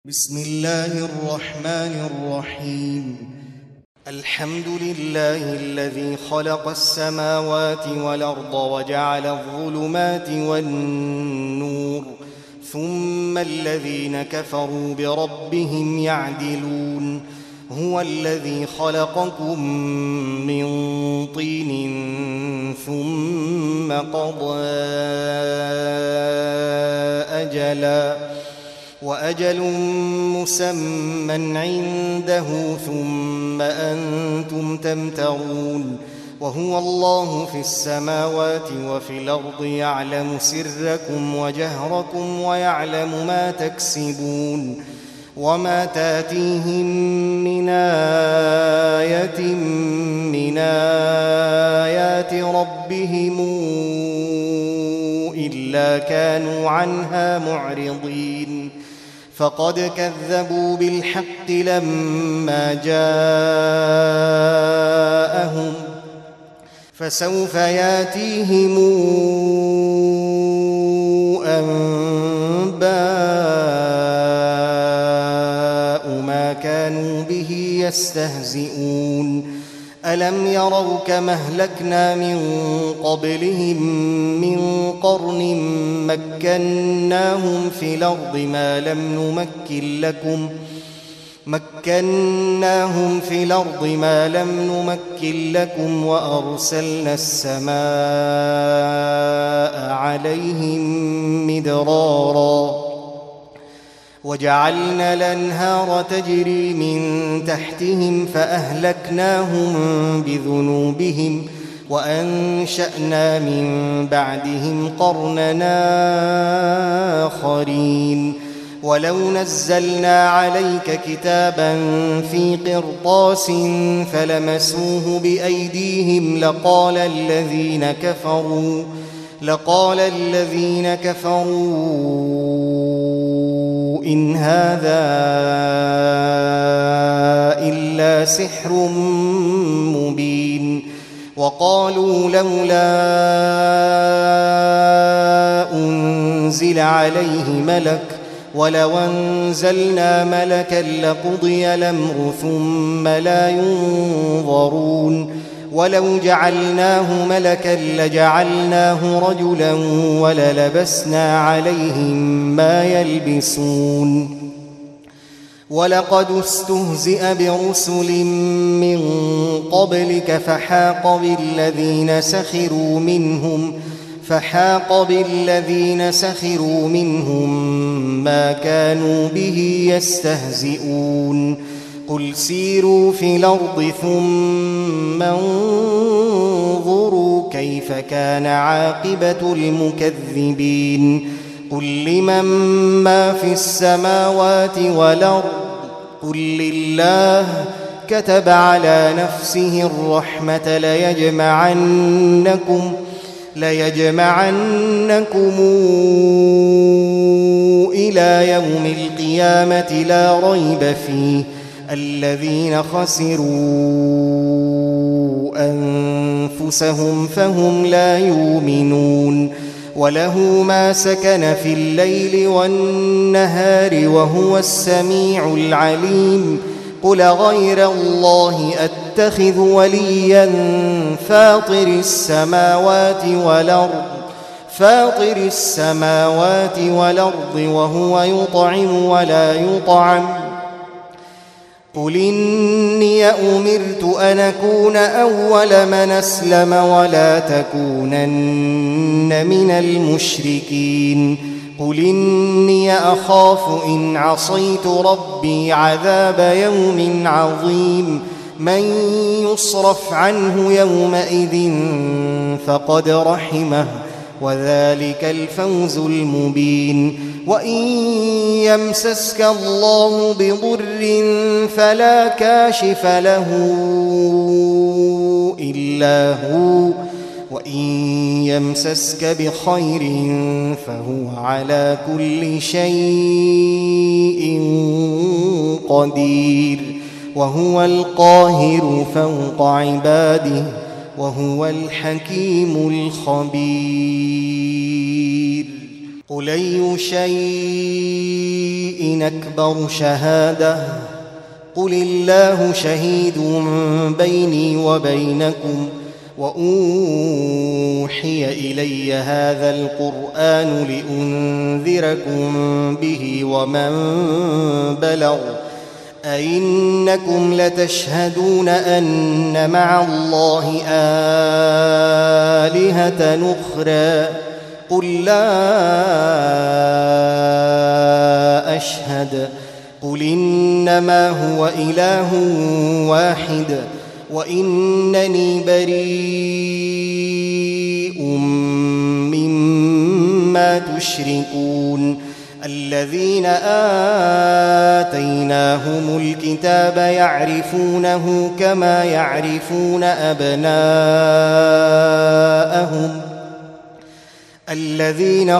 بسم الله الرحمن الرحيم. الحمد لله الذي خلق السماوات والأرض وجعل الظلمات والنور ثم الذين كفروا بربهم يعدلون. هو الذي خلقكم من طين ثم قضى أجلا وأجل مسمى عنده ثم أنتم تمترون. وهو الله في السماوات وفي الأرض يعلم سركم وجهركم ويعلم ما تكسبون. وما تاتيهم من آية من آيات ربهم إلا كانوا عنها معرضين. فقد كذبوا بالحق لما جاءهم فسوف ياتيهم أنباء ما كانوا به يستهزئون. ألم يروا كما أهلكنا من قبلهم من قرن مكناهم في الأرض ما لم نمكن لكم وأرسلنا السماء عليهم مدرارا وجعلنا الأنهار تجري من تحتهم فأهلكناهم بذنوبهم وأنشأنا من بعدهم قرننا آخرين. ولو نزلنا عليك كتابا في قرطاس فلمسوه بأيديهم لقال الذين كفروا إن هذا إلا سحر مبين. وقالوا لولا أنزل عليه ملك ولو أنزلنا ملكا لقضي الأمر ثم لا ينظرون. ولو جعلناه ملكا لجعلناه رجلا وللبسنا عليهم ما يلبسون. ولقد استهزئ برسل من قبلك فحاق بالذين سخروا منهم ما كانوا به يستهزئون. قل سيروا في الأرض ثم انظروا كيف كان عاقبة المكذبين. قل لمن ما في السماوات والأرض قل لله كتب على نفسه الرحمة ليجمعنكم إلى يوم القيامة لا ريب فيه. الذين خسروا أنفسهم فهم لا يؤمنون. وله ما سكن في الليل والنهار وهو السميع العليم. قل غير الله أتخذ وليا فاطر السماوات والأرض وهو يطعم ولا يطعم. قل إني أمرت أن أكون أول من أسلم ولا تكونن من المشركين. قل إني أخاف إن عصيت ربي عذاب يوم عظيم. من يصرف عنه يومئذ فقد رحمه وذلك الفوز المبين. وإن يمسسك الله بضر فلا كاشف له إلا هو وإن يمسسك بخير فهو على كل شيء قدير. وهو القاهر فوق عباده وهو الحكيم الخبير. قل أي شيء أكبر شهادة قل الله شهيد بيني وبينكم وأوحي إلي هذا القرآن لأنذركم به ومن بلغ أئنكم لتشهدون أن مع الله آلهة أخرى قل لا أشهد قل إنما هو إله واحد وإنني بريء مما تشركون الذين آتيناهم الكتاب يعرفونه كما يعرفون أبناءهم الذين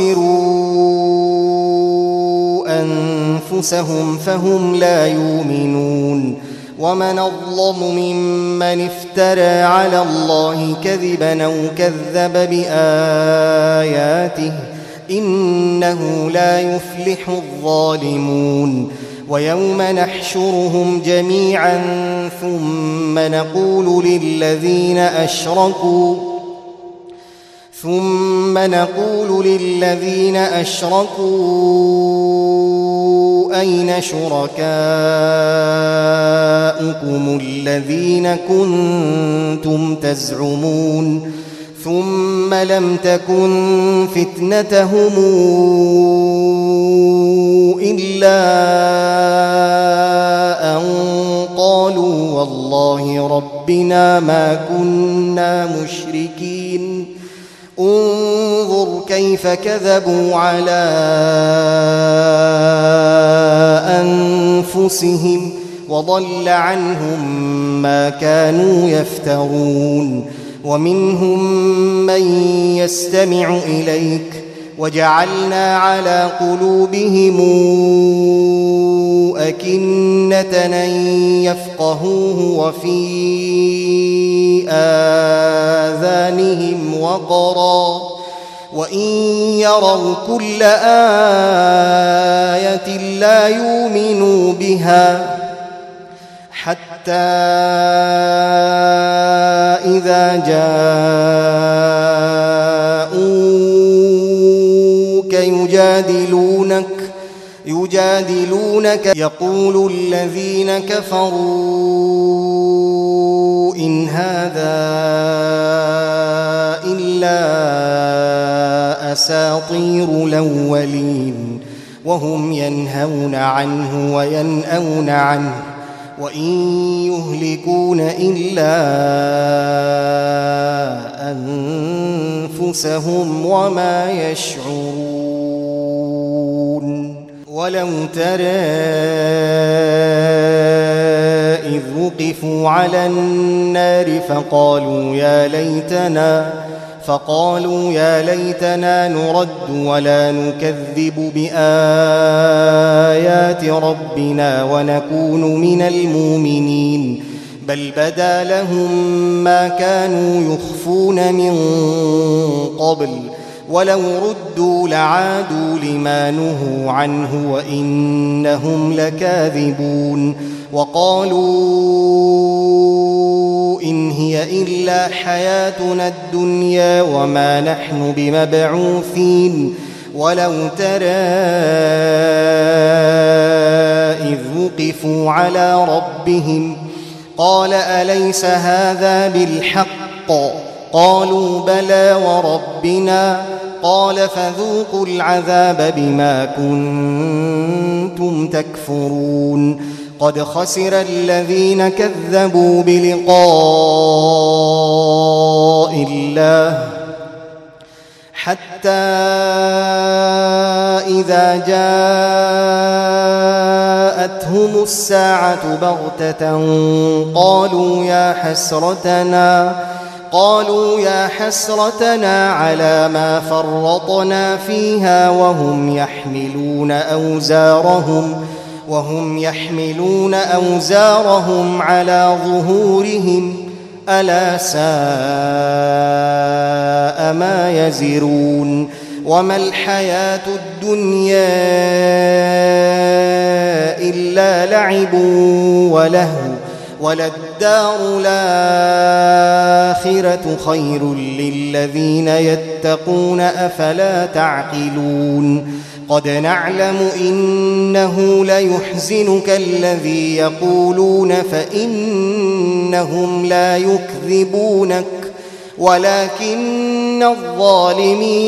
خسروا أنفسهم فهم لا يؤمنون ومن أظلم ممن افترى على الله كذبا أو كذب بآياته إنه لا يفلح الظالمون ويوم نحشرهم جميعا ثم نقول للذين أشركوا أين شركاؤكم الذين كنتم تزعمون ثم لم تكن فتنتهم إلا أن قالوا والله ربنا ما كنا مشركين انظر كيف كذبوا على أنفسهم وضل عنهم ما كانوا يفترون ومنهم من يستمع إليك وجعلنا على قلوبهم أكنة أن يفقهوه وفي آذانهم وقرا وإن يروا كل آية لا يؤمنوا بها حتى إذا جاءوك يجادلونك يقول الذين كفروا إن هذا إلا أساطير الأولين وهم ينهون عنه وينأون عنه وإن يهلكون إلا أنفسهم وما يشعرون ولو ترى إذ وقفوا على النار فقالوا يا ليتنا نرد ولا نكذب بآيات ربنا ونكون من المؤمنين بل بدا لهم ما كانوا يخفون من قبل ولو ردوا لعادوا لما نهوا عنه وإنهم لكاذبون وقالوا إن هي إلا حياتنا الدنيا وما نحن بمبعوثين ولو ترى إذ وقفوا على ربهم قال أليس هذا بالحق قالوا بلى وربنا قال فذوقوا العذاب بما كنتم تكفرون قد خسر الذين كذبوا بلقاء الله حتى إذا جاءتهم الساعة بغتة قالوا يا حسرتنا على ما فرطنا فيها وهم يحملون أوزارهم على ظهورهم ألا ساء ما يزرون وما الحياة الدنيا إلا لعب ولهو وللدار الآخرة خير للذين يتقون أفلا تعقلون قد نعلم إنه ليحزنك الذي يقولون فإنهم لا يكذبونك ولكن الظالمين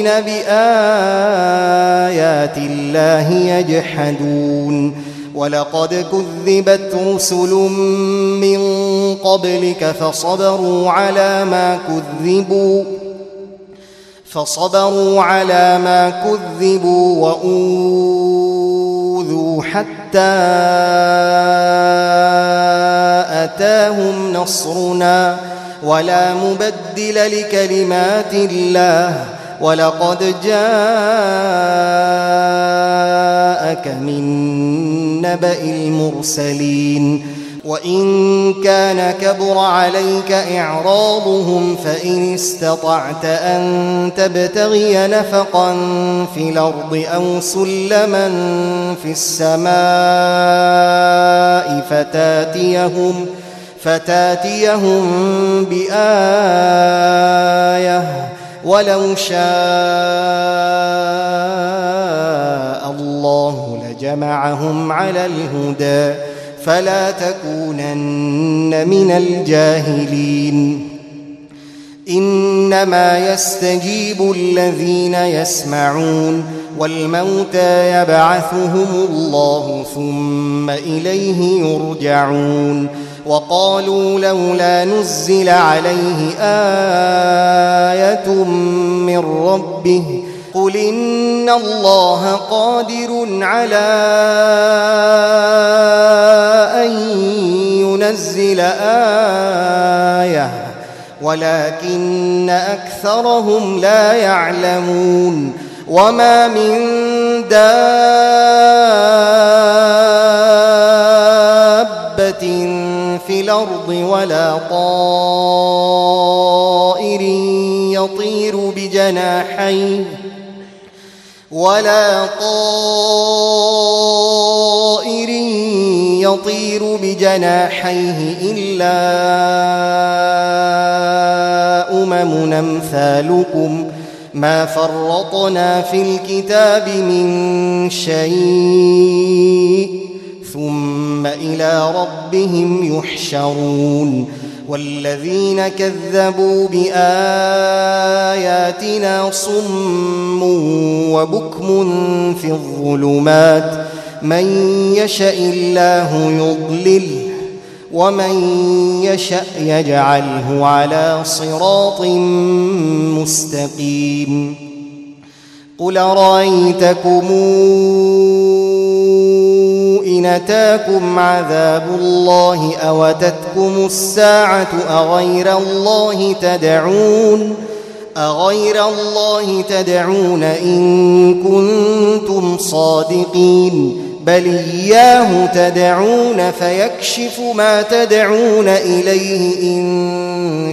بآيات الله يجحدون ولقد كذبت رسل من قبلك فصبروا على ما كذبوا وأوذوا حتى أتاهم نصرنا ولا مبدل لكلمات الله ولقد جاءك من نبأ المرسلين وإن كان كبر عليك إعراضهم فإن استطعت أن تبتغي نفقا في الأرض أو سلما في السماء فتاتيهم بآية ولو شاء الله لجمعهم على الهدى فلا تكونن من الجاهلين إنما يستجيب الذين يسمعون والموتى يبعثهم الله ثم إليه يرجعون وقالوا لولا نزل عليه آية من ربه قل إن الله قادر على أن ينزل آية ولكن أكثرهم لا يعلمون وما من دابة في الأرض ولا طائر يطير بجناحيه إلا أمم أمثالكم ما فرطنا في الكتاب من شيء ثم إلى ربهم يحشرون والذين كذبوا بآياتنا صم وبكم في الظلمات من يشاء الله يضلله ومن يشاء يجعله على صراط مستقيم قل رأيتكم إن أتاكم عذاب الله أو أتتكم الساعة أغير الله تدعون إن كنتم صادقين بل إياه تدعون فيكشف ما تدعون إليه إن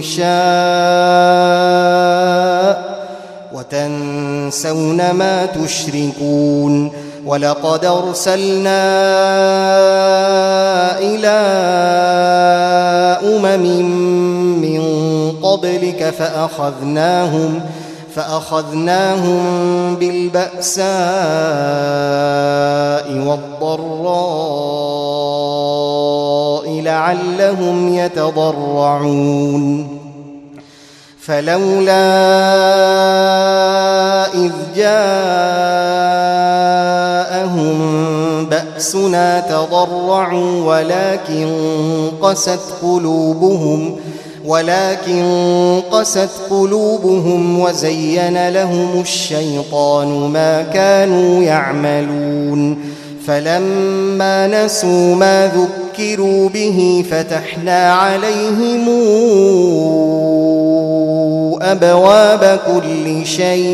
شاء وتنسون ما تشركون ولقد أرسلنا إلى من قبلك فأخذناهم بالبأساء والضراء لعلهم يتضرعون فلولا إذ جاءهم بأسنا تضرعوا ولكن قست قلوبهم وزين لهم الشيطان ما كانوا يعملون فلما نسوا ما ذكروا به فتحنا عليهم أبواب كل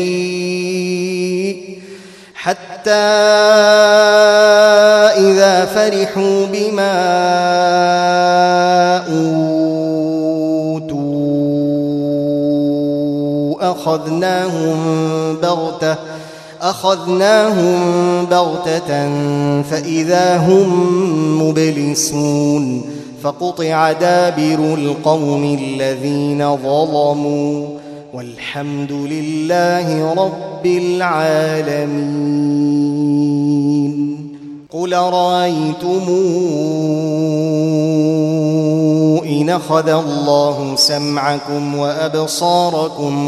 شيء حتى إذا فرحوا بما أوتوا أخذناهم بغتة فإذا هم مبلسون فقطع دابر القوم الذين ظلموا والحمد لله رب العالمين. قل رأيتم إن أخذ الله سمعكم وأبصاركم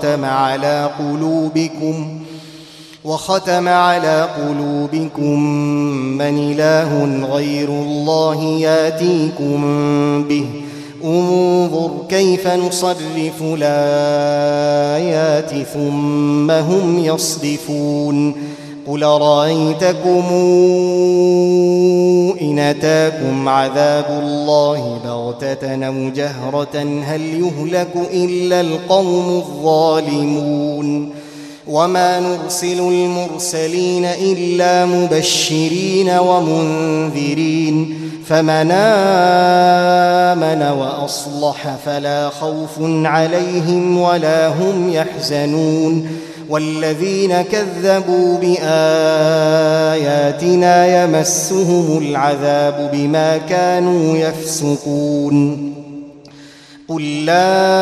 وختم على قلوبكم من إله غير الله ياتيكم به انظر كيف نصرف الآيات ثم هم يصدفون. قل رأيتكم إن أتاكم عذاب الله بغتة أو جهرة هل يهلك إلا القوم الظالمون. وما نرسل المرسلين إلا مبشرين ومنذرين فمن آمن وأصلح فلا خوف عليهم ولا هم يحزنون. والذين كذبوا بآياتنا يمسهم العذاب بما كانوا يفسقون. قل لا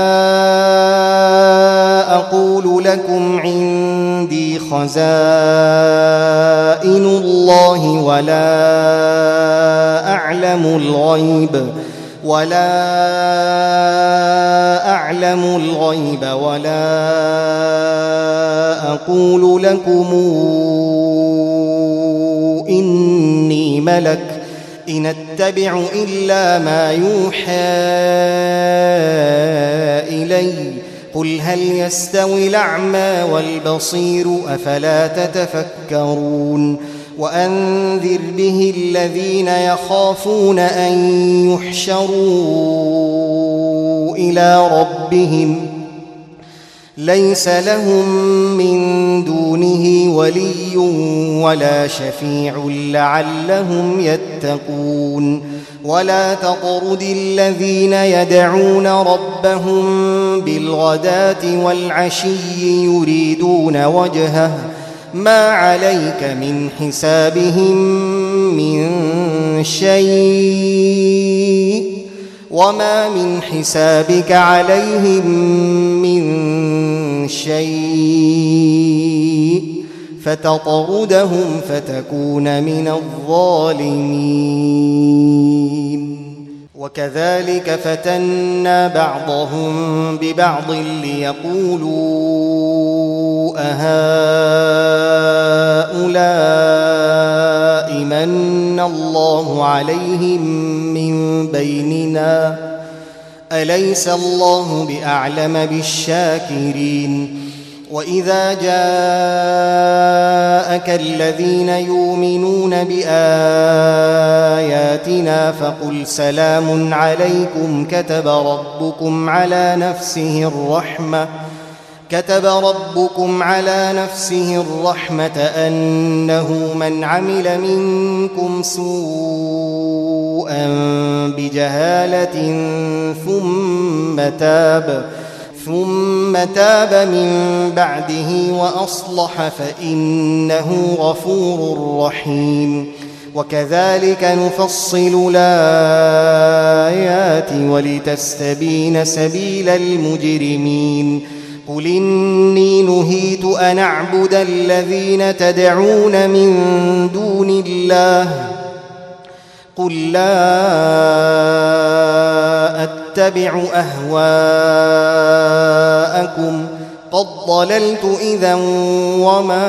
أقول لكم عندي خزائن الله ولا أعلم الغيب ولا أقول لكم إني ملك إن أتبع إلا ما يوحى إلي قل هل يستوي الأعمى والبصير أفلا تتفكرون. وأنذر به الذين يخافون أن يحشروا إلى ربهم ليس لهم من دونه ولي ولا شفيع لعلهم يتقون. ولا تطرد الذين يدعون ربهم بالغداة والعشي يريدون وجهه ما عليك من حسابهم من شيء وما من حسابك عليهم من شيء فتطردهم فتكون من الظالمين. وكذلك فتنا بعضهم ببعض ليقولوا أهؤلاء من الله عليهم من بيننا أليس الله بأعلم بالشاكرين. وإذا جاءك الذين يؤمنون بآياتنا فقل سلام عليكم كتب ربكم على نفسه الرحمة أنه من عمل منكم سوءا بجهالة ثم تاب من بعده وأصلح فإنه غفور رحيم. وكذلك نفصل الآيات ولتستبين سبيل المجرمين. قل إني نهيت أن أعبد الذين تدعون من دون الله قل لا أتبع أهواءكم قد ضللت إذا وما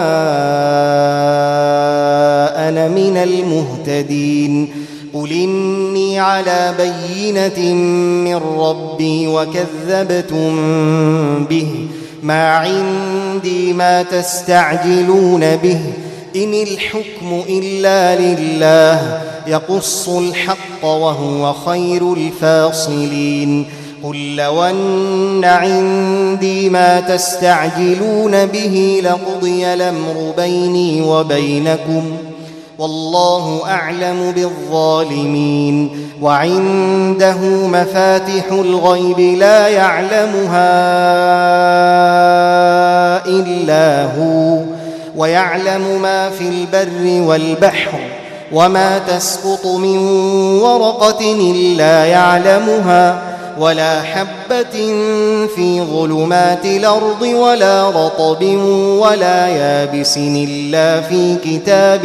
أنا من المهتدين. قل إني على بينة من ربي وكذبتم به ما عندي ما تستعجلون به إن الحكم إلا لله يقص الحق وهو خير الفاصلين. قل لو أن عندي ما تستعجلون به لقضي الأمر بيني وبينكم والله أعلم بالظالمين. وعنده مفاتح الغيب لا يعلمها إلا هو ويعلم ما في البر والبحر وما تسقط من ورقة إلا يعلمها ولا حبة في ظلمات الأرض ولا رطب ولا يابس إلا في كتاب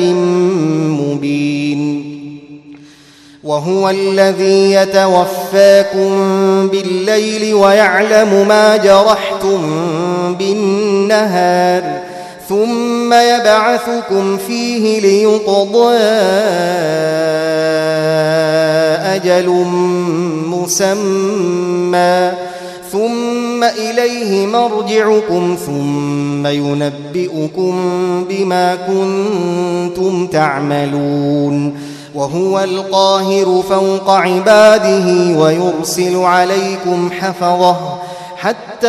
مبين وهو الذي يتوفاكم بالليل ويعلم ما جرحتم بالنهار ثم يبعثكم فيه ليقضى أجل مسمى ثم إليه مرجعكم ثم ينبئكم بما كنتم تعملون وهو القاهر فوق عباده ويرسل عليكم حفظه حتى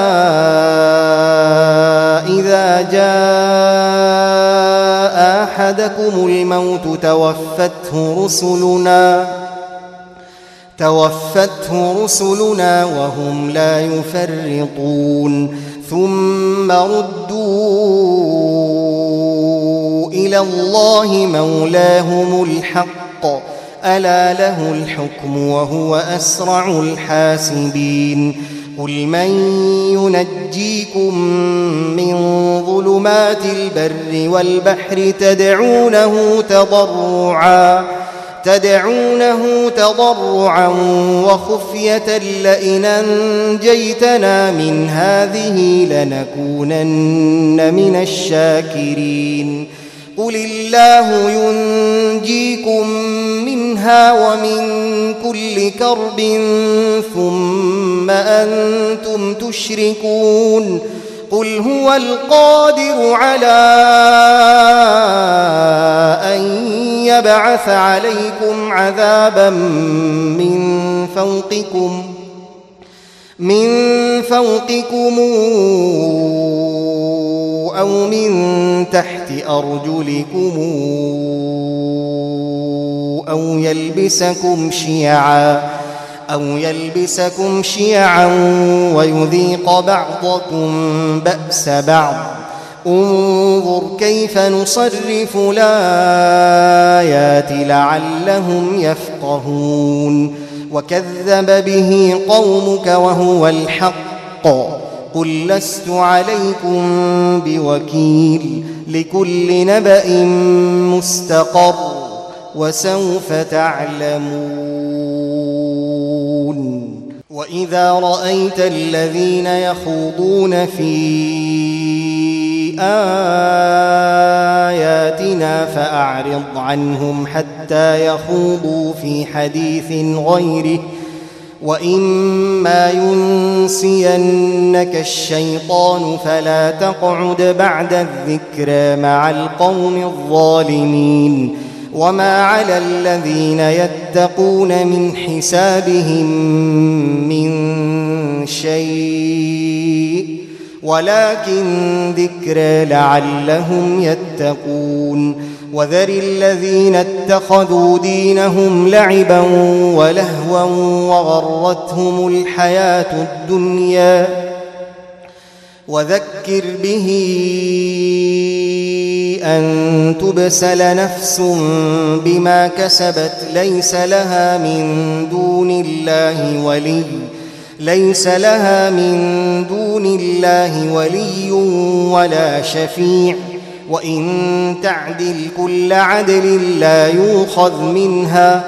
إذا جاء أحدكم الموت توفته رسلنا وهم لا يفرطون ثم ردوا إلى الله مولاهم الحق ألا له الحكم وهو أسرع الحاسبين قل من ينجيكم من ظلمات البر والبحر تدعونه تضرعا وخفية لئن أنجيتنا من هذه لنكونن من الشاكرين قل الله ينجيكم منها ومن كل كرب ثم أنتم تشركون قل هو القادر على أن يبعث عليكم عذابا من فوقكم أو من تحت أرجلكم أو يلبسكم شيعا ويذيق بعضكم بأس بعض انظر كيف نصرف الآيات لعلهم يفقهون وكذب به قومك وهو الحق قل لست عليكم بوكيل لكل نبأ مستقر وسوف تعلمون وإذا رأيت الذين يخوضون في آياتنا فأعرض عنهم حتى يخوضوا في حديث غيره وإما ينسينك الشيطان فلا تقعد بعد الذكرى مع القوم الظالمين وما على الذين يتقون من حسابهم من شيء ولكن ذكرى لعلهم يتقون وذر الذين اتخذوا دينهم لعبا ولهوا وغرتهم الحياة الدنيا وذكر به أن تبسل نفس بما كسبت ليس لها من دون الله ولي ولا شفيع وإن تعدل كل عدل لا يؤخذ منها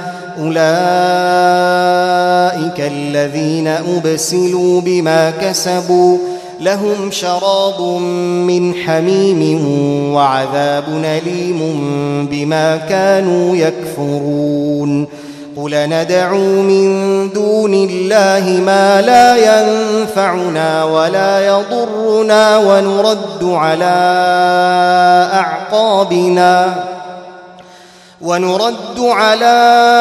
أولئك الذين أبسلوا بما كسبوا لهم شراب من حميم وعذاب أليم بما كانوا يكفرون قل ندعو من دون الله ما لا ينفعنا ولا يضرنا ونرد على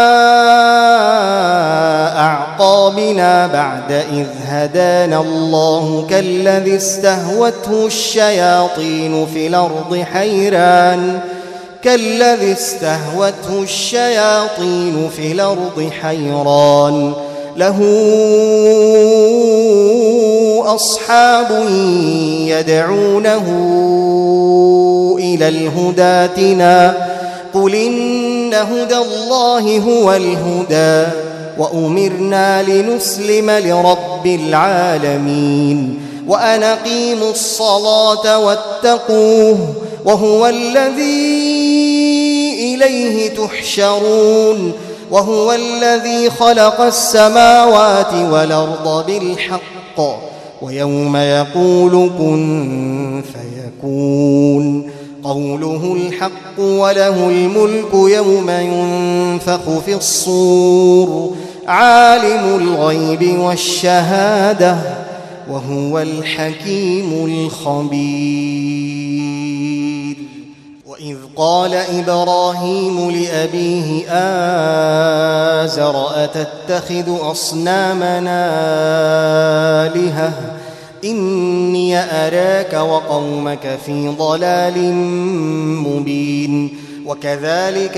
أعقابنا بعد إذ هدانا الله كالذي استهوته الشياطين في الأرض حيران له أصحاب يدعونه إلى الهدى ائتنا قل إن هدى الله هو الهدى وأمرنا لنسلم لرب العالمين وأن أقيموا الصلاة واتقوه وهو الذي إليه تحشرون وهو الذي خلق السماوات والأرض بالحق ويوم يقول كن فيكون قوله الحق وله الملك يوم ينفخ في الصور عالم الغيب والشهادة وهو الحكيم الخبير. وإذ قال إبراهيم لأبيه آزر أتتخذ أصنامنا آلهة إني أراك وقومك في ضلال مبين. وكذلك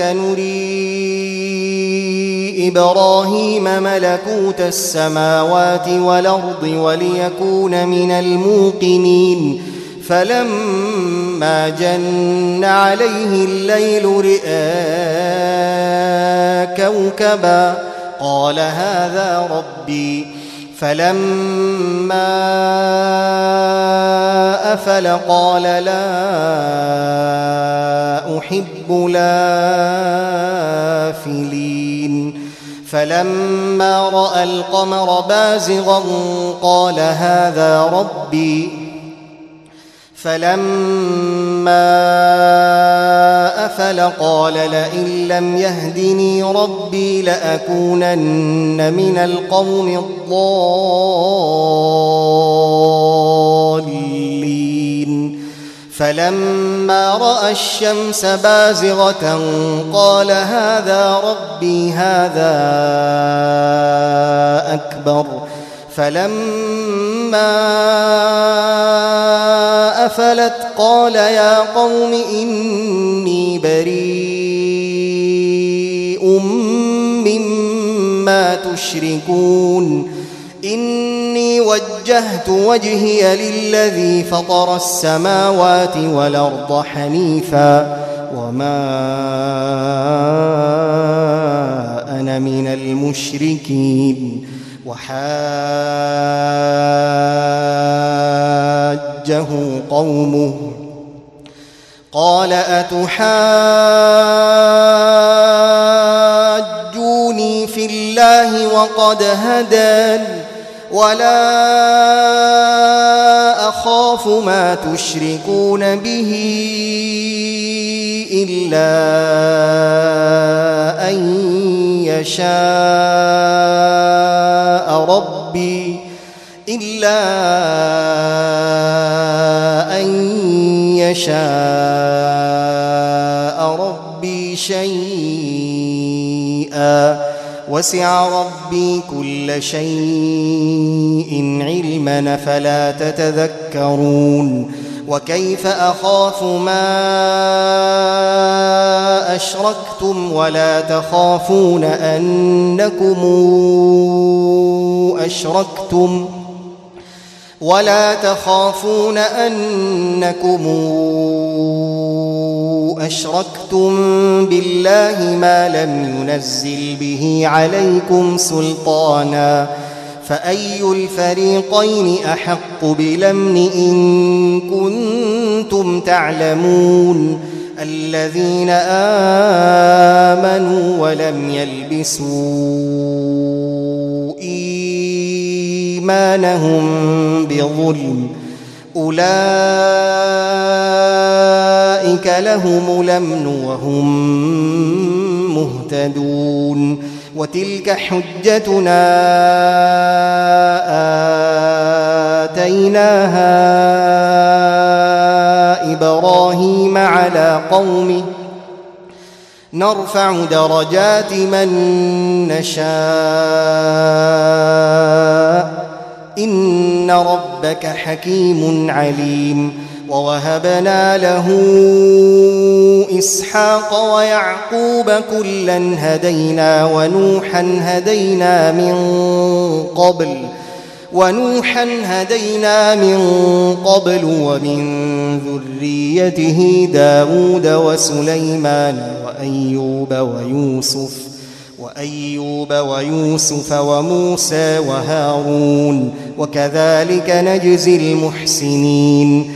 نري إبراهيم ملكوت السماوات والأرض وليكون من الموقنين فلما جن عليه الليل رئا كوكبا قال هذا ربي فلما أفل قال لا أحب الآفلين. فلما رأى القمر بازغا قال هذا ربي فلما أفل قال لئن لم يهدني ربي لأكونن من القوم الضالين. فلما رأى الشمس بازغة قال هذا ربي هذا أكبر. فلما أفلت قال يا قوم إني بريء مما تشركون إني وجهت وجهي للذي فطر السماوات والأرض حنيفا وما أنا من المشركين. وحاجه قومه قال أتحاجوني في الله وقد هدان ولا أخاف ما تشركون به إلا أن يشاء ربي شيئا وسع ربي كل شيء علما فلا تتذكرون. وكيف أخاف ما أشركتم ولا تخافون أنكم أشركتم بالله ما لم ينزل به عليكم سلطانا فأي الفريقين أحق بالأمن إن كنتم تعلمون. الذين آمنوا ولم يلبسوا إيمانهم بظلم أولئك لهم الأمن وهم مهتدون. وتلك حجتنا آتيناها إبراهيم على قومه نرفع درجات من نشاء إن ربك حكيم عليم. ووهبنا له إسحاق ويعقوب كلا هدينا ونوحا هدينا من قبل ونوحا هدينا من قبل ومن ذريته داود وسليمان وأيوب ويوسف وموسى وهارون وكذلك نجزي المحسنين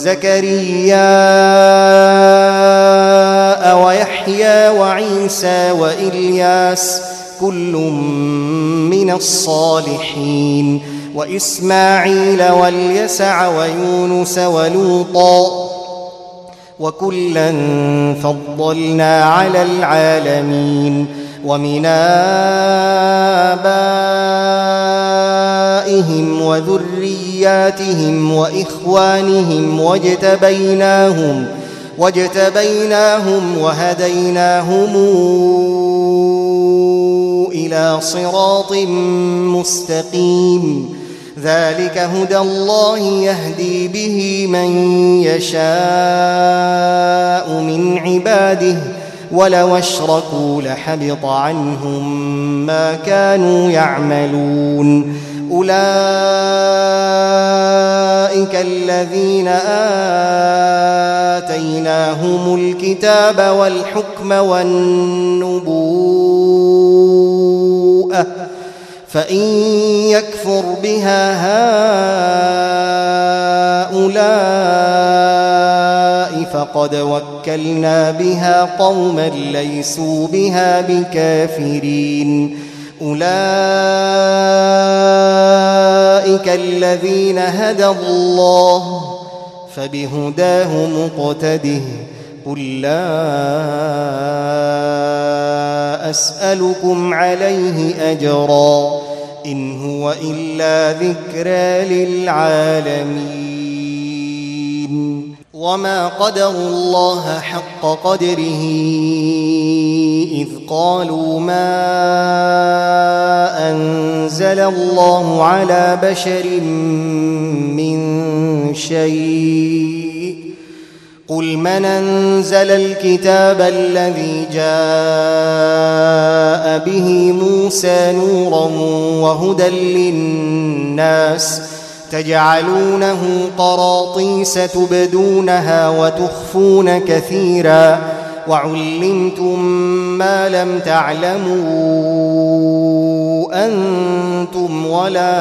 وزكريا ويحيى وعيسى وإلياس كل من الصالحين وإسماعيل واليسع ويونس ولوطا وكلا فضلنا على العالمين ومن آبائهم وذرياتهم وإخوانهم واجتبيناهم وهديناهم إلى صراط مستقيم ذلك هدى الله يهدي به من يشاء من عباده ولو أشركوا لحبط عنهم ما كانوا يعملون أولئك الذين آتيناهم الكتاب والحكم والنبوءة فإن يكفر بها هؤلاء فقد وكلنا بها قوما ليسوا بها بكافرين أولئك الذين هدى الله فبهداه مقتده قل لا أسألكم عليه أجرا إن هو إلا ذكرى للعالمين وما قدروا الله حق قدره إذ قالوا ما أنزل الله على بشر من شيء قل من أنزل الكتاب الذي جاء به موسى نورا وهدى للناس تجعلونه قراطيس تبدونها وتخفون كثيرا وعلمتم ما لم تعلموا أنتم ولا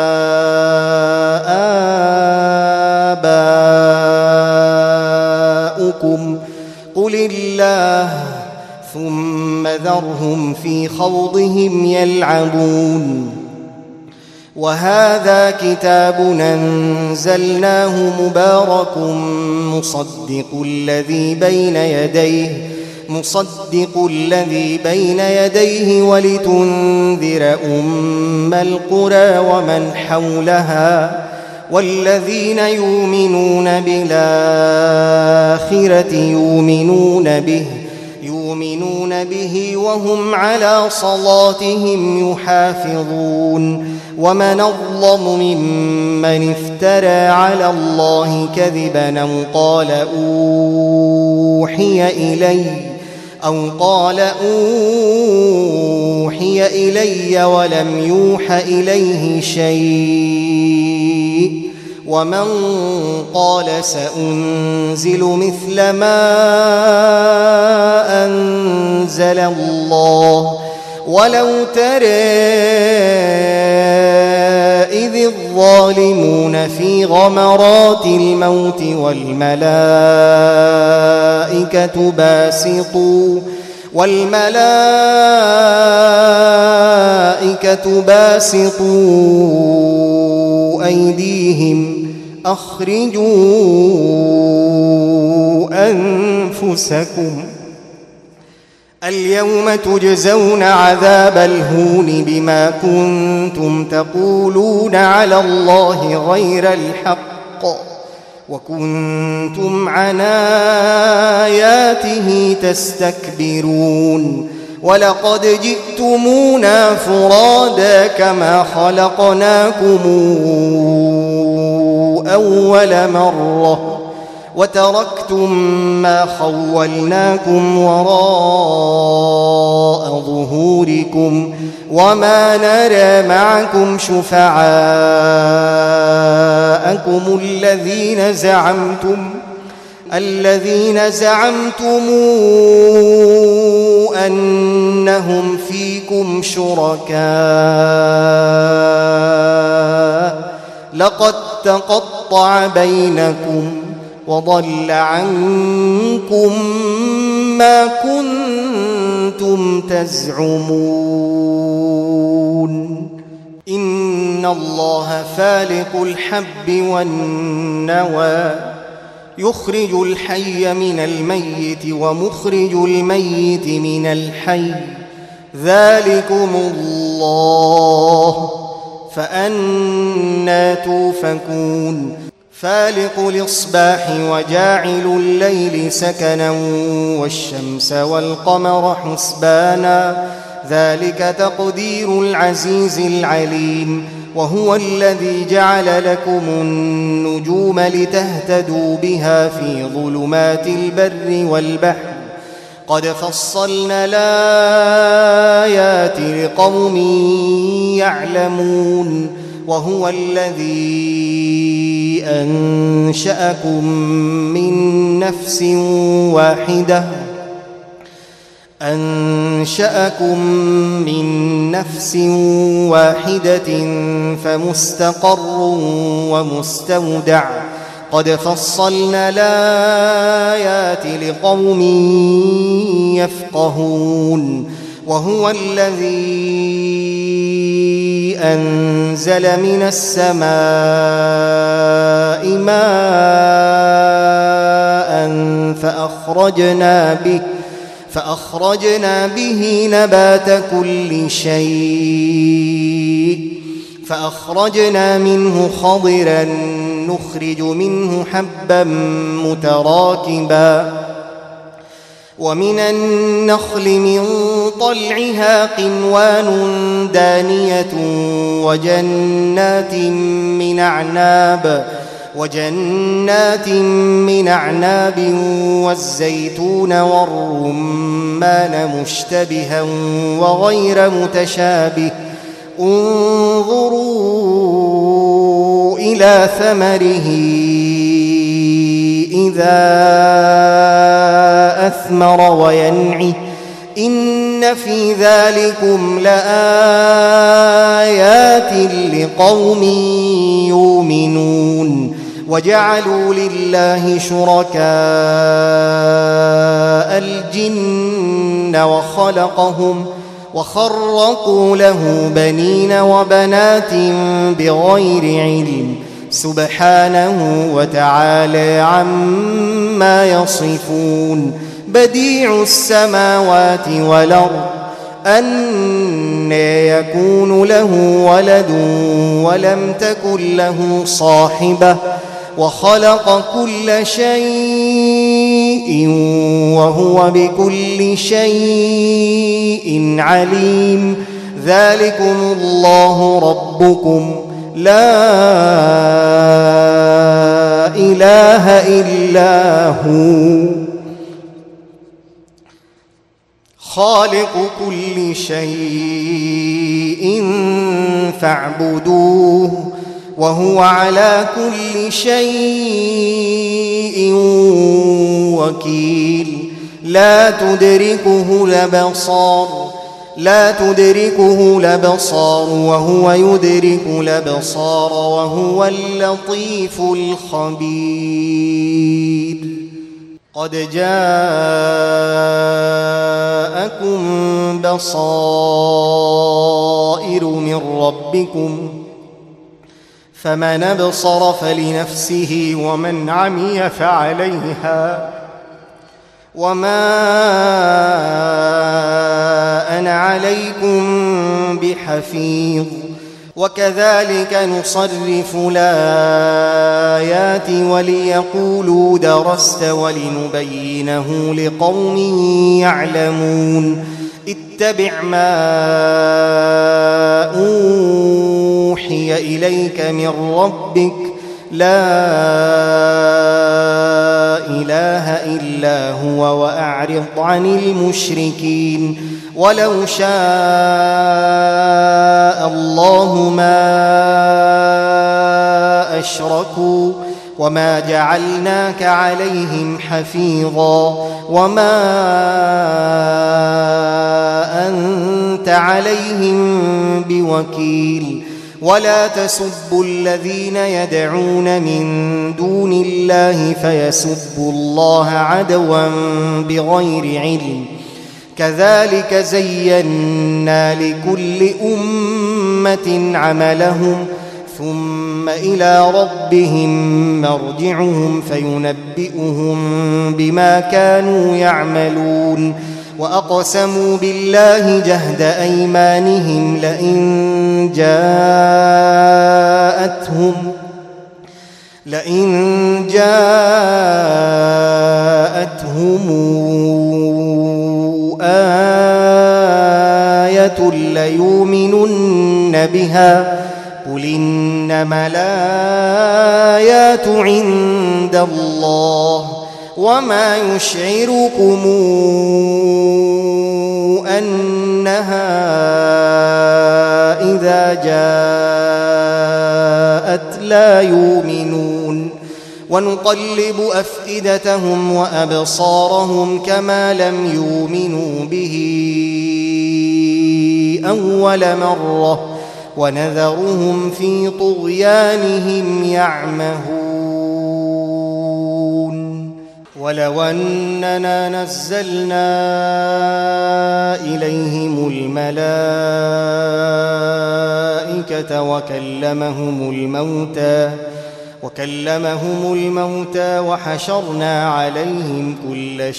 آباؤكم قل الله ثم ذرهم في خوضهم يلعبون وهذا كتاب أنزلناه مبارك مصدق الذي بين يديه ولتنذر أم القرى ومن حولها والذين يؤمنون بالآخرة يؤمنون به وهم على صلاتهم يحافظون ومن أظلم ممن افترى على الله كذبا أو قال أوحي إلي ولم يوح إليه شيء ومن قال سأنزل مثل ما أنزل الله ولو ترى إذ الظالمون في غمرات الموت والملائكة باسطوا أيديهم أخرجوا أنفسكم اليوم تجزون عذاب الهون بما كنتم تقولون على الله غير الحق وكنتم عن آياته تستكبرون ولقد جئتمونا فرادا كما خلقناكم أول مرة وتركتم ما خولناكم وراء ظهوركم وما نرى معكم شفعاءكم الذين زعمتم أنهم فيكم شركاء لقد تقطع بينكم وضل عنكم ما كنتم تزعمون إن الله فالق الحب والنوى يخرج الحي من الميت ومخرج الميت من الحي ذلكم الله فأنى توفكون فالق الإصباح وجاعل الليل سكنا والشمس والقمر حسبانا ذلك تقدير العزيز العليم وهو الذي جعل لكم النجوم لتهتدوا بها في ظلمات البر والبحر قد فصلنا الآيات لقوم يعلمون وهو الذي أنشأكم من نفس واحدة فمستقر ومستودع قد فصلنا الآيات لقوم يفقهون وهو الذي أنزل من السماء ماء فأخرجنا به نبات كل شيء فأخرجنا منه خضرا نخرج منه حبا متراكبا ومن النخل من طلعها قنوان دانية وجنات من أعناب والزيتون والرمان مشتبها وغير متشابه انظروا إلى ثمره إذا أثمر وينعه إن في ذلكم لآيات لقوم يؤمنون وجعلوا لله شركاء الجن وخرقوا له بنين وبنات بغير علم سبحانه وتعالى عما يصفون بديع السماوات والأرض أنى يكون له ولد ولم تكن له صاحبة وخلق كل شيء وهو بكل شيء عليم ذلكم الله ربكم لا إله إلا هو خالق كل شيء فاعبدوه وهو على كل شيء وكيل لا تدركه الأبصار وهو يدرك الأبصار وهو اللطيف الخبير قد جاءكم بصائر من ربكم فمن أبصر فلنفسه ومن عمي فعليها وما أنا عليكم بحفيظ وكذلك نصرف الآيات وليقولوا درست ولنبينه لقوم يعلمون اتبع ما أوحي إليك من ربك لا إله إلا هو وأعرض عن المشركين ولو شاء الله ما أشركوا وما جعلناك عليهم حفيظا وما أنت عليهم بوكيل ولا تسبوا الذين يدعون من دون الله فيسبوا الله عدوا بغير علم كذلك زينا لكل أمة عملهم ثم إلى ربهم مرجعهم فينبئهم بما كانوا يعملون وأقسموا بالله جهد أيمانهم لئن جاءتهم آية ليؤمنن بها قل إنما الآيات عند الله وما يشعركم أنها إذا جاءت لا يؤمنون ونقلب أفئدتهم وأبصارهم كما لم يؤمنوا به أول مرة ونذرهم في طغيانهم يعمهون ولو أننا نزلنا إليهم الملائكة وكلمهم الموتى وحشرنا عليهم كل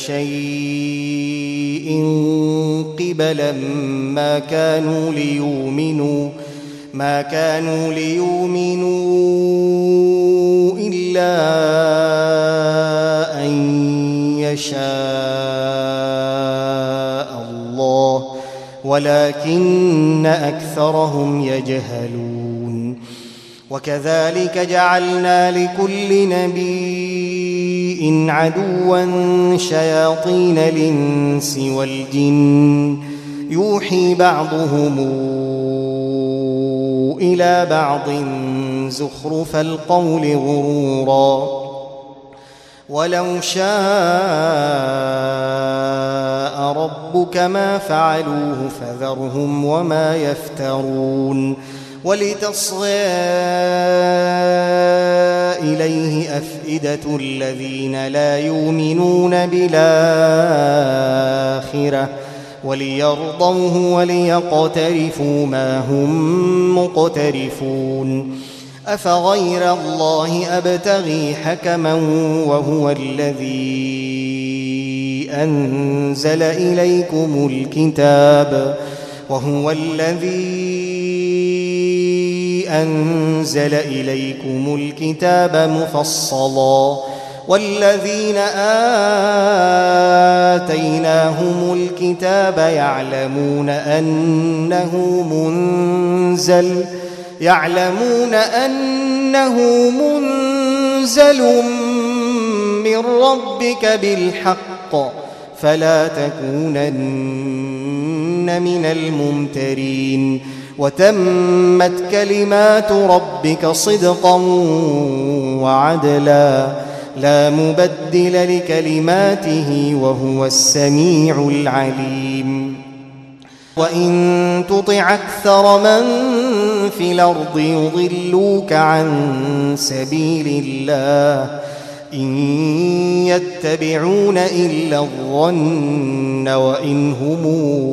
شيء قبلا ما كانوا ليؤمنوا إلا أن يشاء الله ولكن أكثرهم يجهلون وكذلك جعلنا لكل نبي عدوا شياطين الإنس والجن يوحي بعضهم إلى بعض زخرف القول غرورا ولو شاء ربك ما فعلوه فذرهم وما يفترون ولتصغى إليه أفئدة الذين لا يؤمنون بالآخرة وليرضوه وليقترفوا ما هم مقترفون أفغير الله أبتغي حكما وهو الذي أنزل إليكم الكتاب مفصلا والذين آتيناهم الكتاب يعلمون أنه منزل من ربك بالحق فلا تكونن من الممترين وتمت كلمات ربك صدقا وعدلا لا مبدل لكلماته وهو السميع العليم وإن تطع أكثر من في الأرض يضلوك عن سبيل الله إن يتبعون إلا الظن وإن هم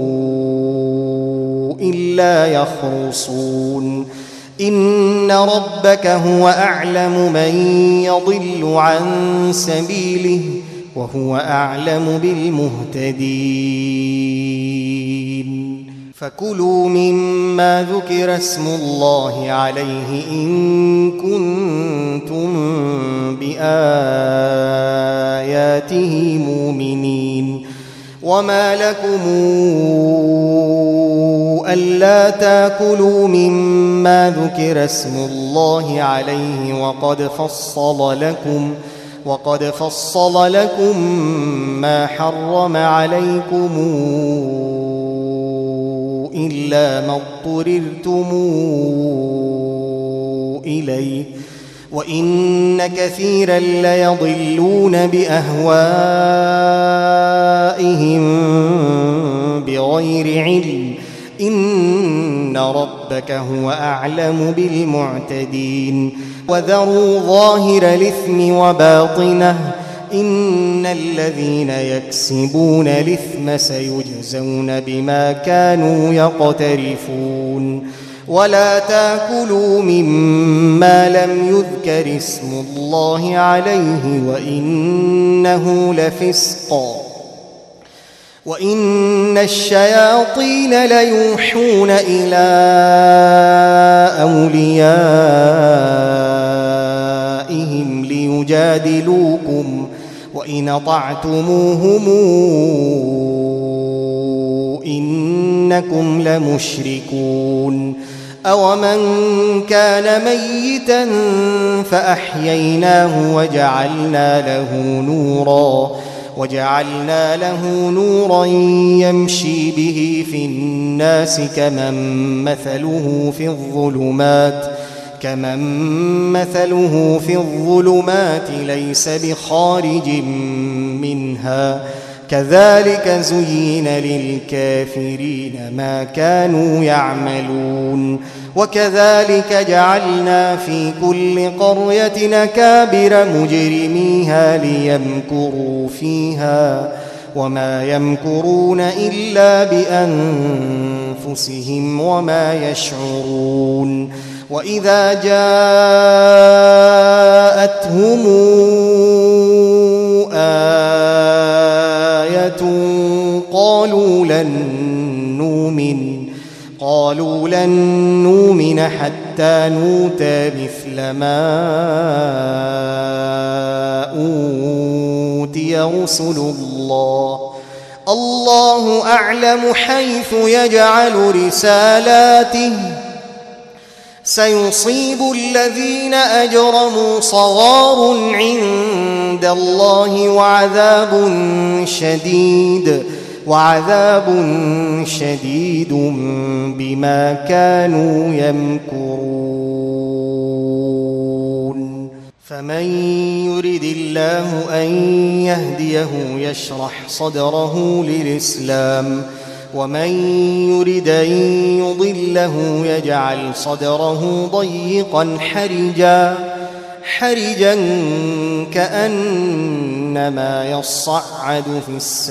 إلا يخرصون إن ربك هو أعلم من يضل عن سبيله وهو أعلم بالمهتدين فكلوا مما ذكر اسم الله عليه إن كنتم بآياته مؤمنين وما لكم ألا تاكلوا مما ذكر اسم الله عليه وقد فصل لكم ما حرم عليكم إلا ما اضطررتم إليه وإن كثيرا ليضلون بأهوائهم بغير علم إن ربك هو أعلم بالمعتدين وذروا ظاهر الإثم وباطنه إن الذين يكسبون الإثم سيجزون بما كانوا يقترفون ولا تاكلوا مما لم يذكر اسم الله عليه وإنه لفسق وإن الشياطين ليوحون إلى أوليائهم ليجادلوكم وإن أطعتموهم إنكم لمشركون أومن كان ميتا فأحييناه وجعلنا له نورا يمشي به في الناس كمن مثله في الظلمات ليس بخارج منها كذلك زين للكافرين ما كانوا يعملون وكذلك جعلنا في كل قرية أكابر مجرميها ليمكروا فيها وما يمكرون إلا بأنفسهم وما يشعرون وإذا جاءتهم آية قالوا لن نؤمن حتى نؤتى مثل ما أوتي رسل الله أعلم حيث يجعل رسالاته سيصيب الذين أجرموا صغار عند الله وعذاب شديد بما كانوا يمكرون فمن يرد الله أن يهديه يشرح صدره للإسلام ومن يرد أن يضله يجعل صدره ضيقا حرجا كأنما يصعد في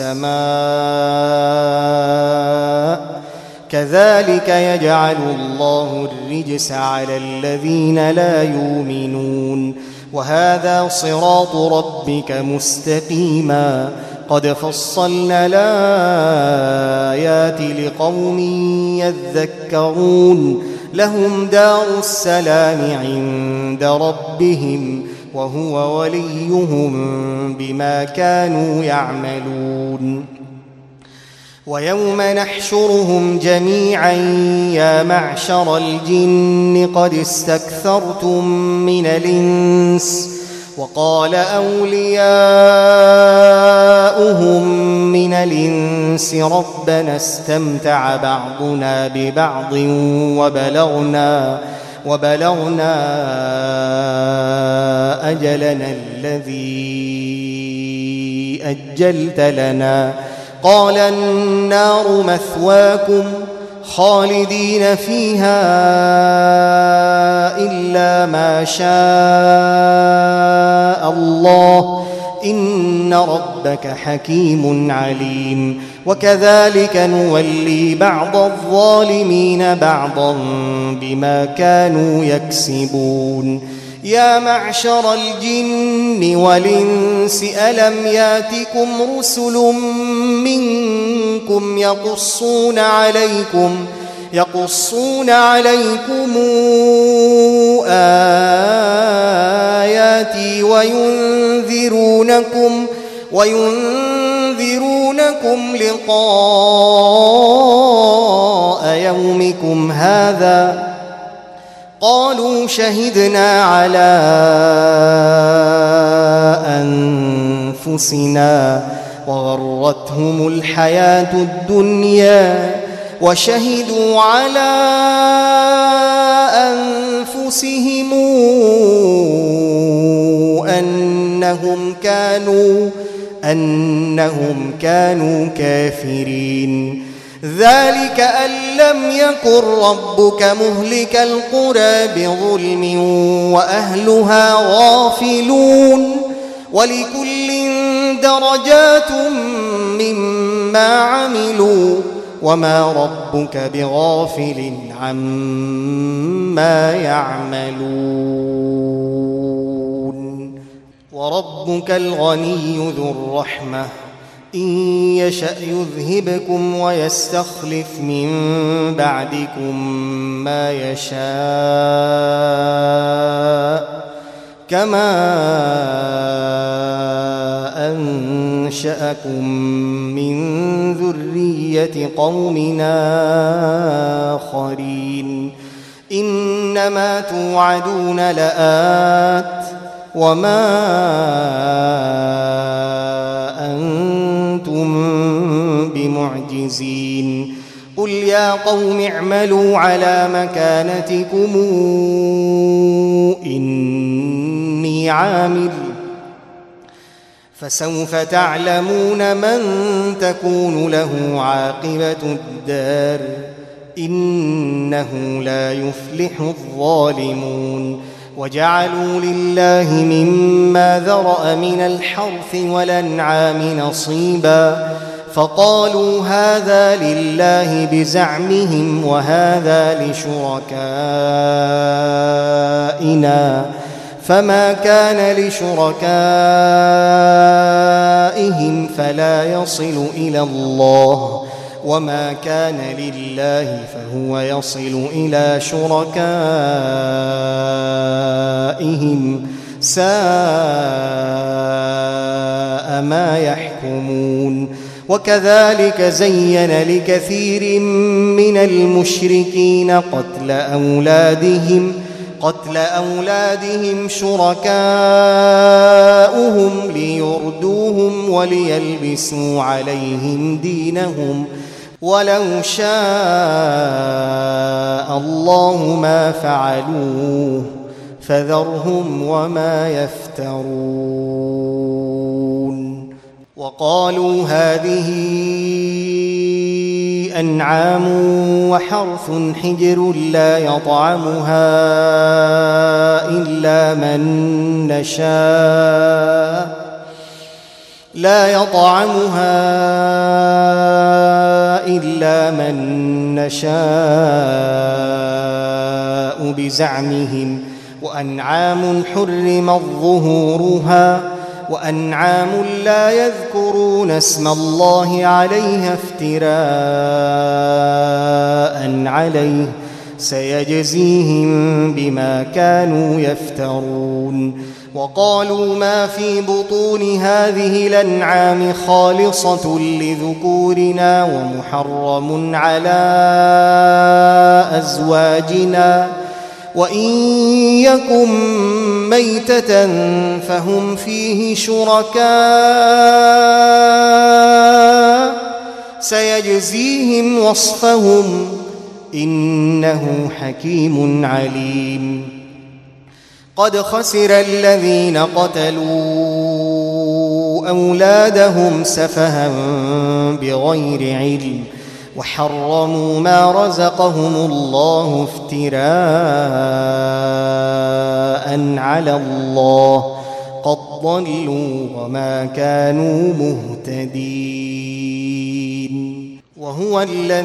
السماء كذلك يجعل الله الرجس على الذين لا يؤمنون وهذا صراط ربك مستقيما قد فصلنا الآيات لقوم يذكرون لهم دار السلام عند ربهم وهو وليهم بما كانوا يعملون ويوم نحشرهم جميعا يا معشر الجن قد استكثرتم من الإنس وقال أولياؤهم من الإنس ربنا استمتع بعضنا ببعض وبلغنا أجلنا الذي أجلت لنا قال النار مثواكم خالدين فيها إلا ما شاء الله إن ربك حكيم عليم وكذلك نولي بعض الظالمين بعضا بما كانوا يكسبون يا معشر الجن والإنس ألم ياتكم رسل منكم يقصون عليكم آياتي وينذرونكم لقاء لقاء يومكم هذا؟ قالوا شهدنا على أنفسنا وغرتهم الحياة الدنيا وشهدوا على أنفسهم أنهم كانوا كافرين. ذلك أن لم يكن ربك مهلك القرى بظلم وأهلها غافلون ولكل درجات مما عملوا وما ربك بغافل عما يعملون. وربك الغني ذو الرحمة إن يشأ يذهبكم ويستخلف من بعدكم ما يشاء كما أنشأكم من ذرية قوم آخرين. إنما توعدون لآت وما أنتم بمعجزين. قل يا قوم اعملوا على مكانتكم إني عامل فسوف تعلمون من تكون له عاقبة الدار إنه لا يفلح الظالمون. وجعلوا لله مما ذرأ من الحرث والأنعام نصيبا فقالوا هذا لله بزعمهم وهذا لشركائنا فما كان لشركائهم فلا يصل إلى الله وما كان لله فهو يصل إلى شركائهم ساء ما يحكمون. وكذلك زين لكثير من المشركين قتل أولادهم شركاؤهم ليردوهم وليلبسوا عليهم دينهم ولو شاء الله ما فعلوه فذرهم وما يفترون. وقالوا هذه أنعام وحرث حجر لا يطعمها إلا من نشاء بزعمهم وأنعام حرمت ظهورها وأنعام لا يذكرون اسم الله عليها افتراء عليه سيجزيهم بما كانوا يفترون. وقالوا ما في بطون هذه الأنعام خالصة لذكورنا ومحرم على أزواجنا وإن يكن ميتة فهم فيه شركاء سيجزيهم وصفهم إنه حكيم عليم. قد خسر الذين قتلوا أولادهم سفها بغير علم وحرموا ما رزقهم الله افتراء على الله قد ضلوا وما كانوا مهتدين. وهو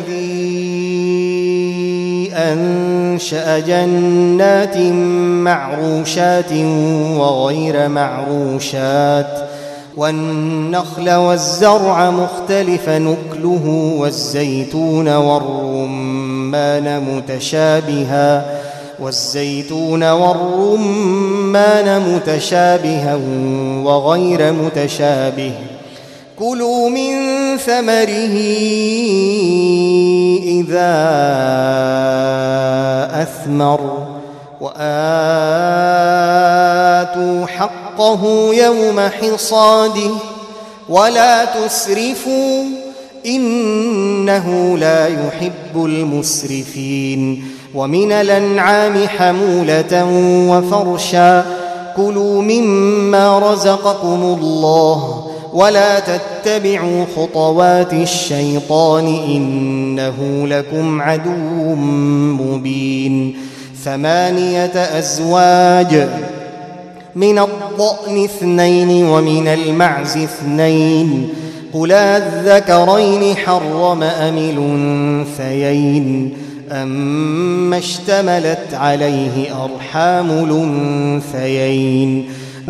الذي أنشأ جنات معروشات وغير معروشات والنخل والزرع مختلف نكله والزيتون والرمان متشابها وغير متشابه كلوا من ثمره إذا أثمر وآتوا حقه يوم حصاده ولا تسرفوا إنه لا يحب المسرفين ومن الأنعام حمولة وفرشا كلوا مما رزقكم الله ولا تتبعوا خطوات الشيطان إنه لكم عدو مبين 8 أزواج من الضأن 2 ومن المعز 2 قل الذكرين حرم أم الأنثيين أما اشتملت عليه أرحام الأنثيين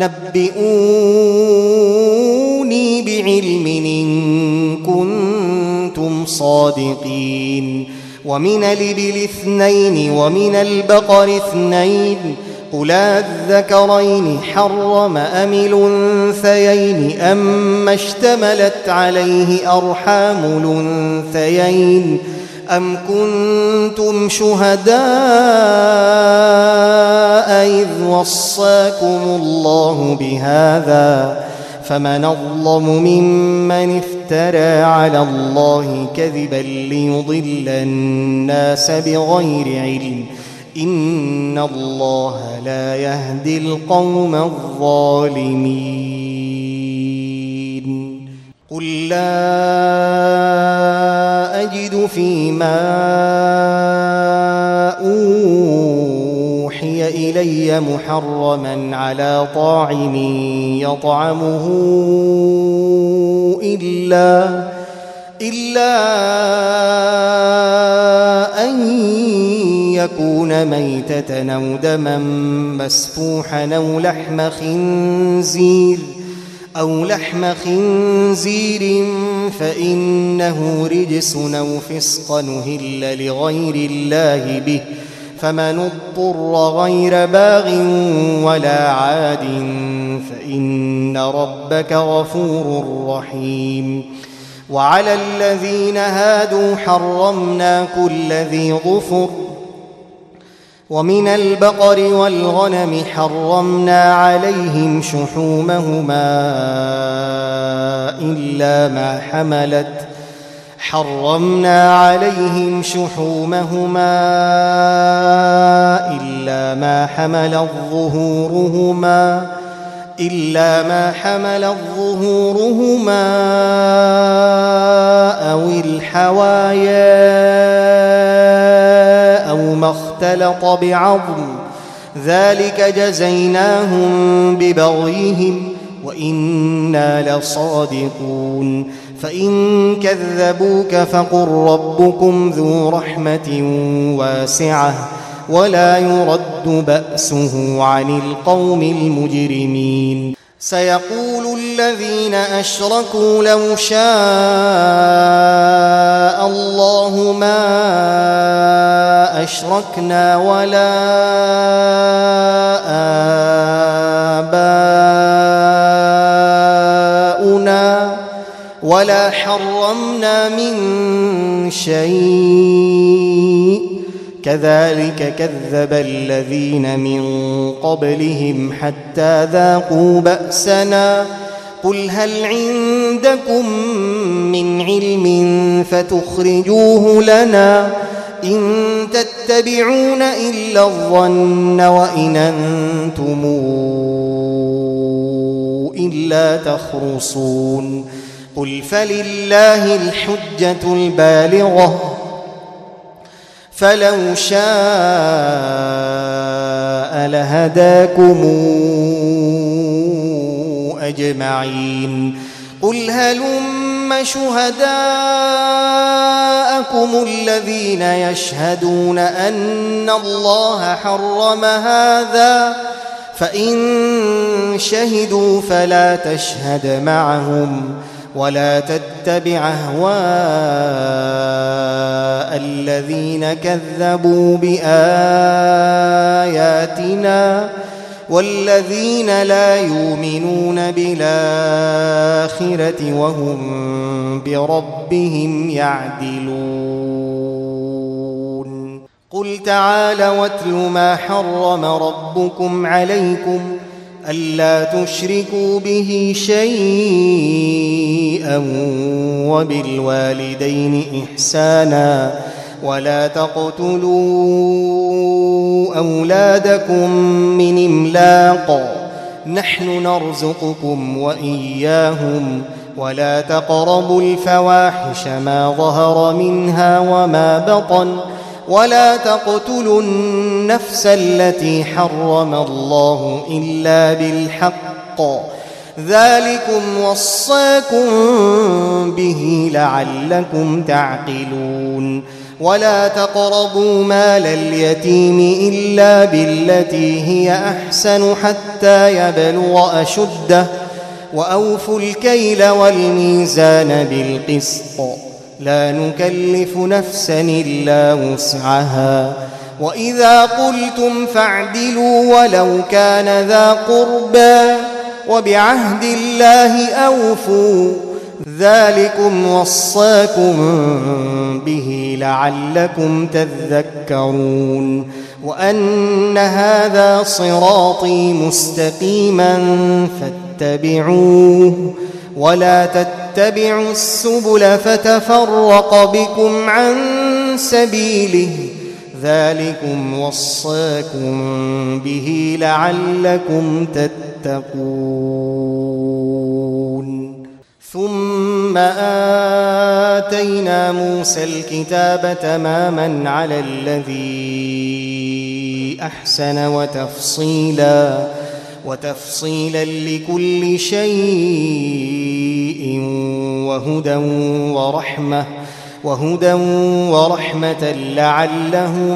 نبئوني بعلم إن كنتم صادقين ومن الإبل 2 ومن البقر 2 قل الذكرين حرم أم الأنثيين أما اشتملت عليه أرحام الأنثيين أم كنتم شهداء إذ وصاكم الله بهذا فمن أظلم ممن افترى على الله كذبا ليضل الناس بغير علم إن الله لا يهدي القوم الظالمين قل لا أجد فيما أوحي إلي محرما على طاعم يطعمه إلا أن يكون ميتة أو دما مسفوحا أو لحم خنزير فإنه رجس أو فسقا أهل لغير الله به فمن اضطر غير باغ ولا عاد فإن ربك غفور رحيم وعلى الذين هادوا حرمنا كل ذي ظفر ومن البقر والغنم حرمنا عليهم شحومهما إلا ما حملت ظهورهما أو الحوايا أو ما اختلط بعظم ذلك جزيناهم ببغيهم وإنا لصادقون فإن كذبوك فقل ربكم ذو رحمة واسعة ولا يرد بأسه عن القوم المجرمين سيقول الذين أشركوا لو شاء الله ما أشركنا ولا آباؤنا ولا حرمنا من شيء كذلك كذب الذين من قبلهم حتى ذاقوا بأسنا قل هل عندكم من علم فتخرجوه لنا إن تتبعون إلا الظن وإن أنتم إلا تخرصون قل فلله الحجة البالغة فلو شاء لهداكم أجمعين قل هلم شهداءكم الذين يشهدون أن الله حرم هذا فإن شهدوا فلا تشهد معهم ولا تتبع أهواء الذين كذبوا بآياتنا والذين لا يؤمنون بالآخرة وهم بربهم يعدلون. قل تعالوا واتل ما حرم ربكم عليكم ألا تشركوا به شيئا وبالوالدين إحسانا ولا تقتلوا أولادكم من إملاق نحن نرزقكم وإياهم ولا تقربوا الفواحش ما ظهر منها وما بطن ولا تقتلوا النفس التي حرم الله إلا بالحق ذلكم وصاكم به لعلكم تعقلون. ولا تقربوا مال اليتيم إلا بالتي هي أحسن حتى يبلغ أشده وأوفوا الكيل والميزان بالقسط لا نكلف نفسا إلا وسعها وإذا قلتم فاعدلوا ولو كان ذا قربى وبعهد الله أوفوا ذلكم وصاكم به لعلكم تذكرون. وأن هذا صراطي مستقيما فاتبعوه ولا تتبعوا السبل فتفرق بكم عن سبيله ذلكم وصاكم به لعلكم تتقون. ثم آتينا موسى الكتاب تماما على الذي أحسن وتفصيلا لكل شيء وهدى ورحمة لعلهم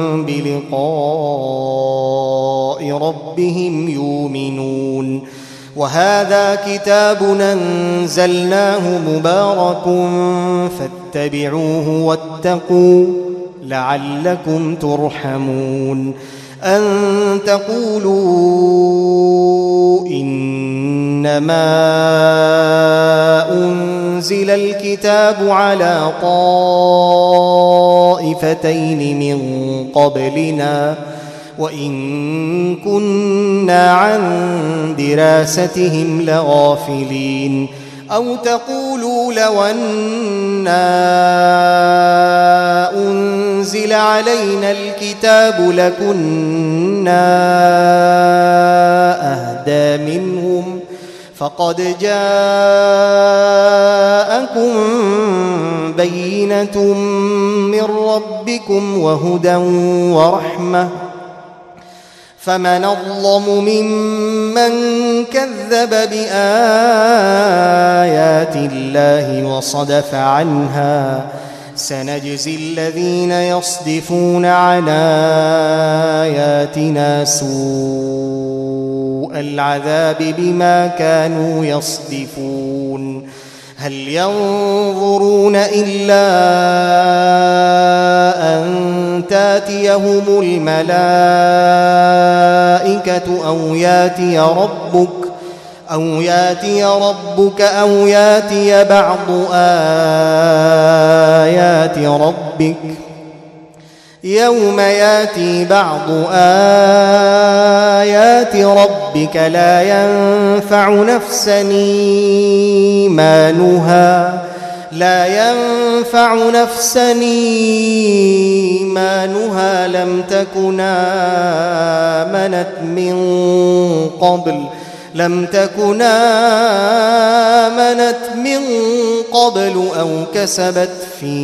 بلقاء ربهم يؤمنون. وهذا كتاب أنزلناه مبارك فاتبعوه واتقوا لعلكم ترحمون. أن تقولوا إنما أنزل الكتاب على طائفتين من قبلنا وإن كنا عن دراستهم لغافلين. أو تقولوا لو أنا أنزل علينا الكتاب لكنا أهدى منهم فقد جاءكم بينة من ربكم وهدى ورحمة فمن أظلم ممن كذب بآيات الله وصدف عنها سنجزي الذين يصدفون عن آياتنا سوء العذاب بما كانوا يصدفون. هل ينظرون إلا أن تاتيهم الملائكة أو ياتي ربك أو ياتي بعض آيات ربك يوم ياتي بعض آيات ربك لا ينفع نفسا إيمانها لم تكن آمنت من قبل أو كسبت في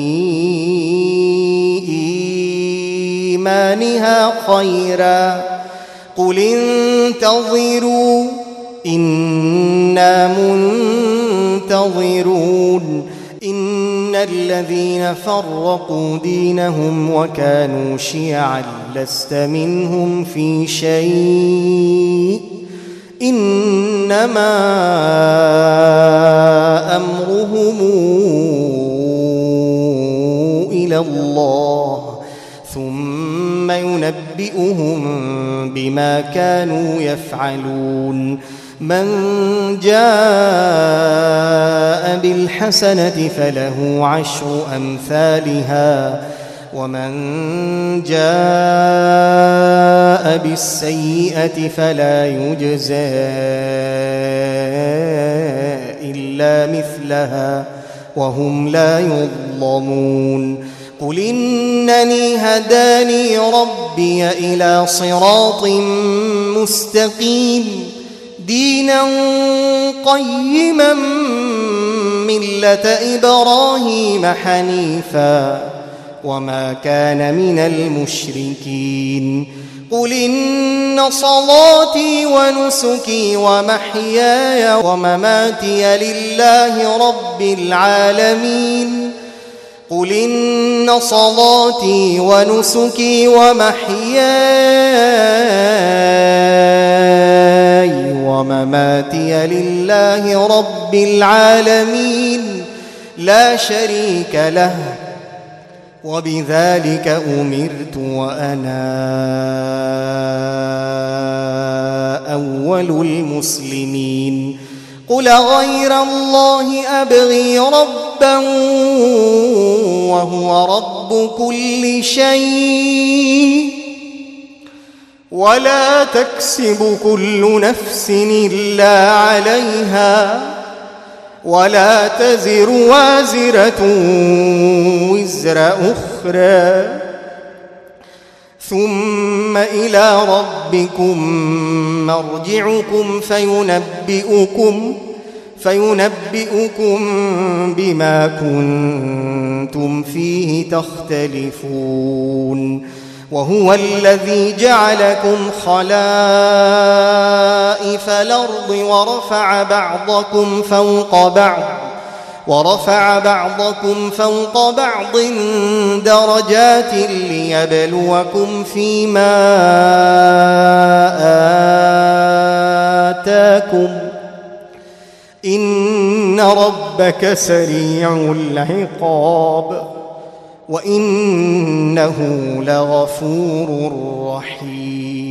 إيمانها خيرا قل انتظروا إنا منتظرون. إن الذين فرقوا دينهم وكانوا شيعا لست منهم في شيء إنما أمرهم إلى الله ثم ينبئهم بما كانوا يفعلون من جاء بالحسنة فله 10 أمثالها ومن جاء بالسيئة فلا يجزى إلا مثلها وهم لا يظلمون قل إنني هداني ربي إلى صراط مستقيم دينا قيما ملة إبراهيم حنيفا وما كان من المشركين قل إن صلاتي ونسكي ومحياي ومماتي لله رب العالمين قل إن صلاتي ونسكي ومحياي ومماتي لله رب العالمين لا شريك له وبذلك أمرت وأنا أول المسلمين قل غير الله أبغي ربا وهو رب كل شيء ولا تكسب كل نفس إلا عليها ولا تزر وازرة وزر أخرى ثم إلى ربكم مرجعكم فينبئكم بما كنتم فيه تختلفون وهو الذي جعلكم خلائف الأرض ورفع بعضكم فوق بعض درجات ليبلوكم فيما آتاكم إن ربك سريع العقاب وإنه لغفور رحيم